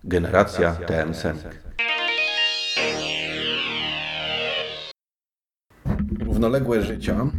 Generacja TM-Semik. Równoległe życia,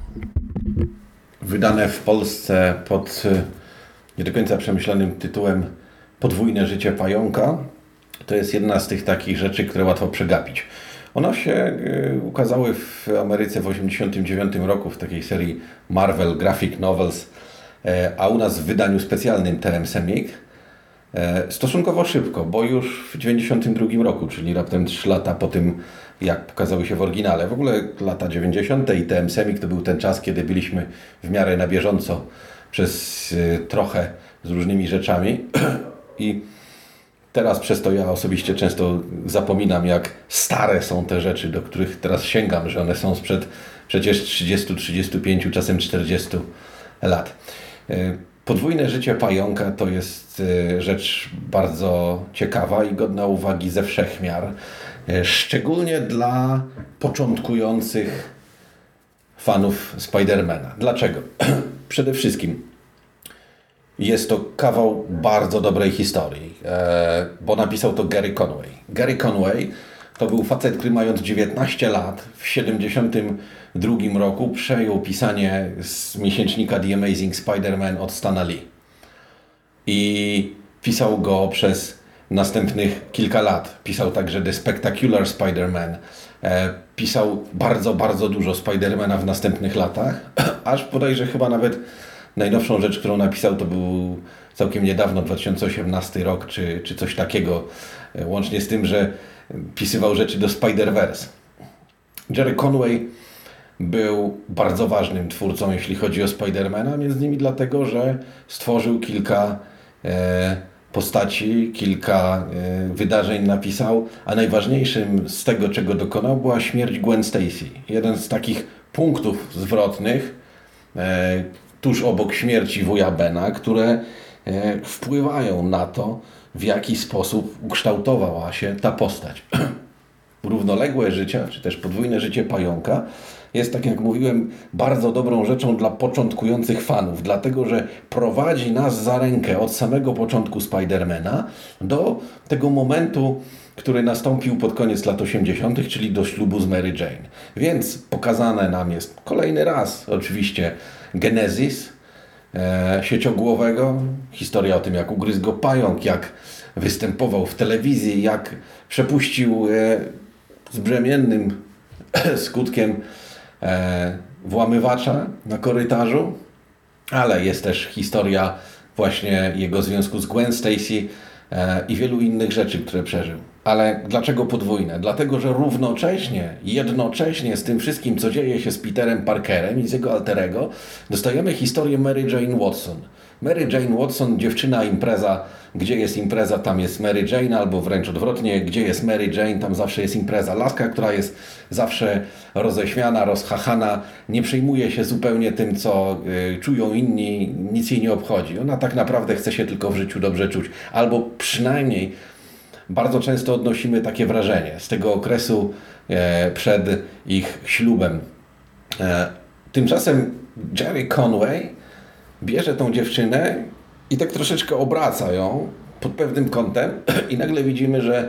wydane w Polsce pod nie do końca przemyślanym tytułem Podwójne życie pająka, to jest jedna z tych takich rzeczy, które łatwo przegapić. One się ukazały w Ameryce w 1989 roku w takiej serii Marvel Graphic Novels, a u nas w wydaniu specjalnym TM-Semik stosunkowo szybko, bo już w 1992 roku, czyli raptem 3 lata po tym, jak pokazały się w oryginale. W ogóle lata 90. i TM-Semik to był ten czas, kiedy byliśmy w miarę na bieżąco przez trochę z różnymi rzeczami i teraz przez to ja osobiście często zapominam, jak stare są te rzeczy, do których teraz sięgam, że one są sprzed przecież 30, 35, czasem 40 lat. Podwójne życie pająka to jest rzecz bardzo ciekawa i godna uwagi ze wszech miar. Szczególnie dla początkujących fanów Spidermana. Dlaczego? Przede wszystkim jest to kawał bardzo dobrej historii, bo napisał to Gary Conway. Gary Conway to był facet, który mając 19 lat w 1972 roku przejął pisanie z miesięcznika The Amazing Spider-Man od Stana Lee. I pisał go przez następnych kilka lat. Pisał także The Spectacular Spider-Man. Pisał bardzo, bardzo dużo Spider-Mana w następnych latach, aż bodajże chyba nawet najnowszą rzecz, którą napisał, to był całkiem niedawno, 2018 rok, czy coś takiego. Łącznie z tym, że pisywał rzeczy do Spider-Verse. Jerry Conway był bardzo ważnym twórcą, jeśli chodzi o Spidermana, między innymi dlatego, że stworzył kilka postaci, kilka wydarzeń napisał, a najważniejszym z tego, czego dokonał, była śmierć Gwen Stacy. Jeden z takich punktów zwrotnych tuż obok śmierci wuja Bena, które wpływają na to, w jaki sposób ukształtowała się ta postać. Równoległe życie, czy też podwójne życie pająka jest, tak jak mówiłem, bardzo dobrą rzeczą dla początkujących fanów, dlatego że prowadzi nas za rękę od samego początku Spidermana do tego momentu, który nastąpił pod koniec lat 80., czyli do ślubu z Mary Jane. Więc pokazane nam jest kolejny raz oczywiście genezis sieciogłowego, historia o tym, jak ugryzł go pająk, jak występował w telewizji, jak przepuścił z brzemiennym skutkiem włamywacza na korytarzu, ale jest też historia właśnie jego związku z Gwen Stacy i wielu innych rzeczy, które przeżył. Ale dlaczego podwójne? Dlatego, że jednocześnie z tym wszystkim, co dzieje się z Peterem Parkerem i z jego alter ego, dostajemy historię Mary Jane Watson. Mary Jane Watson, dziewczyna, impreza. Gdzie jest impreza, tam jest Mary Jane, albo wręcz odwrotnie, gdzie jest Mary Jane, tam zawsze jest impreza. Laska, która jest zawsze roześmiana, rozchachana, nie przejmuje się zupełnie tym, co czują inni, nic jej nie obchodzi. Ona tak naprawdę chce się tylko w życiu dobrze czuć, albo przynajmniej bardzo często odnosimy takie wrażenie z tego okresu przed ich ślubem. Tymczasem Jerry Conway bierze tą dziewczynę i tak troszeczkę obraca ją pod pewnym kątem i nagle widzimy, że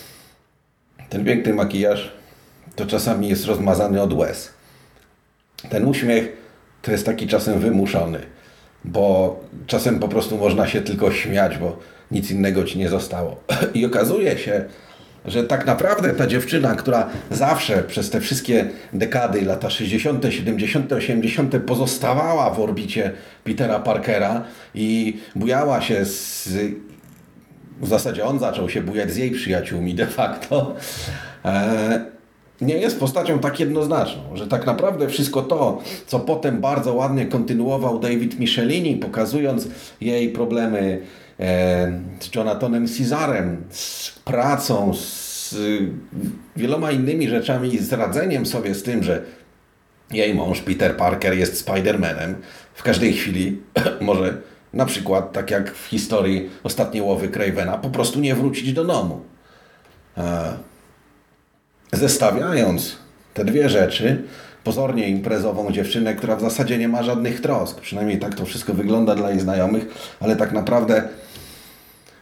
ten piękny makijaż to czasami jest rozmazany od łez. Ten uśmiech to jest taki czasem wymuszony, bo czasem po prostu można się tylko śmiać, bo nic innego ci nie zostało. I okazuje się, że tak naprawdę ta dziewczyna, która zawsze przez te wszystkie dekady, lata 60., 70., 80. pozostawała w orbicie Petera Parkera i bujała się w zasadzie on zaczął się bujać z jej przyjaciółmi de facto, nie jest postacią tak jednoznaczną, że tak naprawdę wszystko to, co potem bardzo ładnie kontynuował David Michelini, pokazując jej problemy z Jonathanem Cesarem, z pracą, z wieloma innymi rzeczami, z radzeniem sobie z tym, że jej mąż Peter Parker jest Spider-Manem w każdej chwili może na przykład, tak jak w historii Ostatniej łowy Cravena, po prostu nie wrócić do domu. Zestawiając te dwie rzeczy, pozornie imprezową dziewczynę, która w zasadzie nie ma żadnych trosk, przynajmniej tak to wszystko wygląda dla jej znajomych, ale tak naprawdę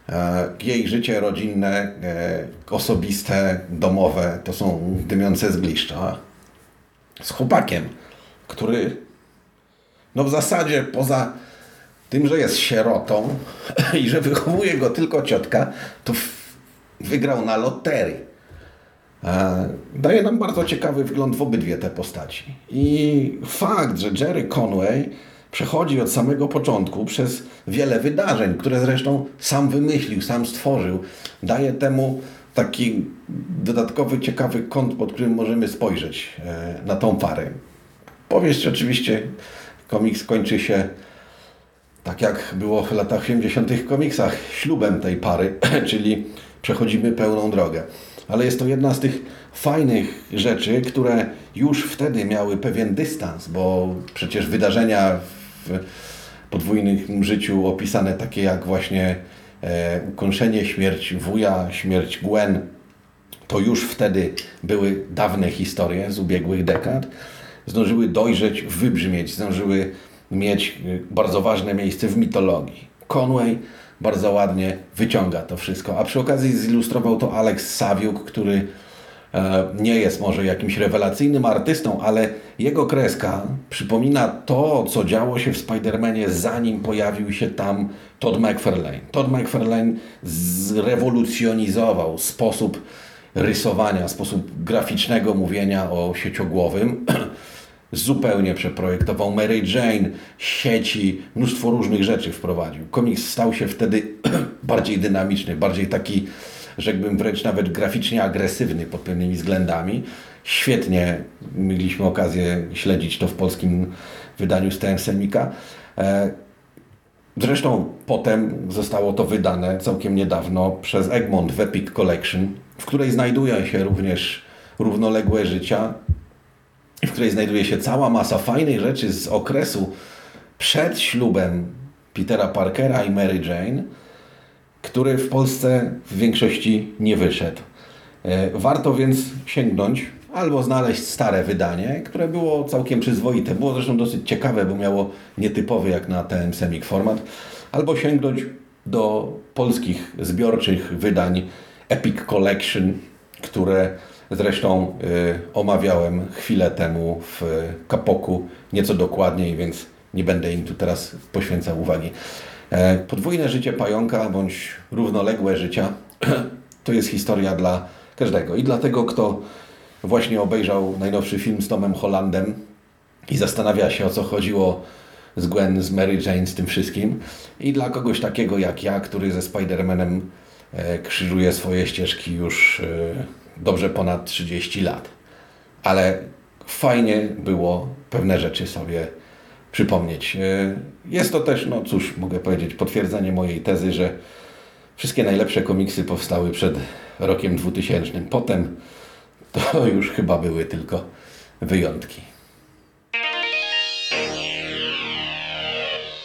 Jej życie rodzinne, osobiste, domowe to są dymiące zgliszcza. Z chłopakiem, który no w zasadzie poza tym, że jest sierotą i że wychowuje go tylko ciotka, to wygrał na loterii. Daje nam bardzo ciekawy wgląd w obydwie te postaci. I fakt, że Jerry Conway przechodzi od samego początku przez wiele wydarzeń, które zresztą sam wymyślił, sam stworzył, daje temu taki dodatkowy, ciekawy kąt, pod którym możemy spojrzeć na tą parę. Powieść oczywiście, komiks kończy się tak jak było w latach 80. w komiksach, ślubem tej pary, czyli przechodzimy pełną drogę. Ale jest to jedna z tych fajnych rzeczy, które już wtedy miały pewien dystans, bo przecież wydarzenia w podwójnym życiu opisane takie jak właśnie ukąszenie, śmierć wuja, śmierć Gwen, to już wtedy były dawne historie z ubiegłych dekad. Zdążyły dojrzeć, wybrzmieć, zdążyły mieć bardzo ważne miejsce w mitologii. Conway bardzo ładnie wyciąga to wszystko, a przy okazji zilustrował to Alex Saviuk, który nie jest może jakimś rewelacyjnym artystą, ale jego kreska przypomina to, co działo się w Spider-Manie, zanim pojawił się tam Todd McFarlane. Todd McFarlane zrewolucjonizował sposób rysowania, sposób graficznego mówienia o sieciogłowym. Zupełnie przeprojektował Mary Jane, sieci, mnóstwo różnych rzeczy wprowadził. Komiks stał się wtedy bardziej dynamiczny, bardziej taki, rzekłbym wręcz nawet graficznie agresywny pod pewnymi względami. Świetnie mieliśmy okazję śledzić to w polskim wydaniu z TM Semika. Zresztą potem zostało to wydane całkiem niedawno przez Egmont w Epic Collection, w której znajdują się również równoległe życia, w której znajduje się cała masa fajnych rzeczy z okresu przed ślubem Petera Parkera i Mary Jane, który w Polsce w większości nie wyszedł. Warto więc sięgnąć albo znaleźć stare wydanie, które było całkiem przyzwoite. Było zresztą dosyć ciekawe, bo miało nietypowy jak na TM Semik format. Albo sięgnąć do polskich zbiorczych wydań Epic Collection, które zresztą omawiałem chwilę temu w Kapoku nieco dokładniej, więc nie będę im tu teraz poświęcał uwagi. Podwójne życie pająka bądź równoległe życia to jest historia dla każdego. I dla tego, kto właśnie obejrzał najnowszy film z Tomem Hollandem i zastanawia się, o co chodziło z Gwen, z Mary Jane, z tym wszystkim. I dla kogoś takiego jak ja, który ze Spider-Manem krzyżuje swoje ścieżki już dobrze ponad 30 lat. Ale fajnie było pewne rzeczy sobie przypomnieć. Jest to też, no cóż, mogę powiedzieć, potwierdzenie mojej tezy, że wszystkie najlepsze komiksy powstały przed rokiem 2000. Potem to już chyba były tylko wyjątki.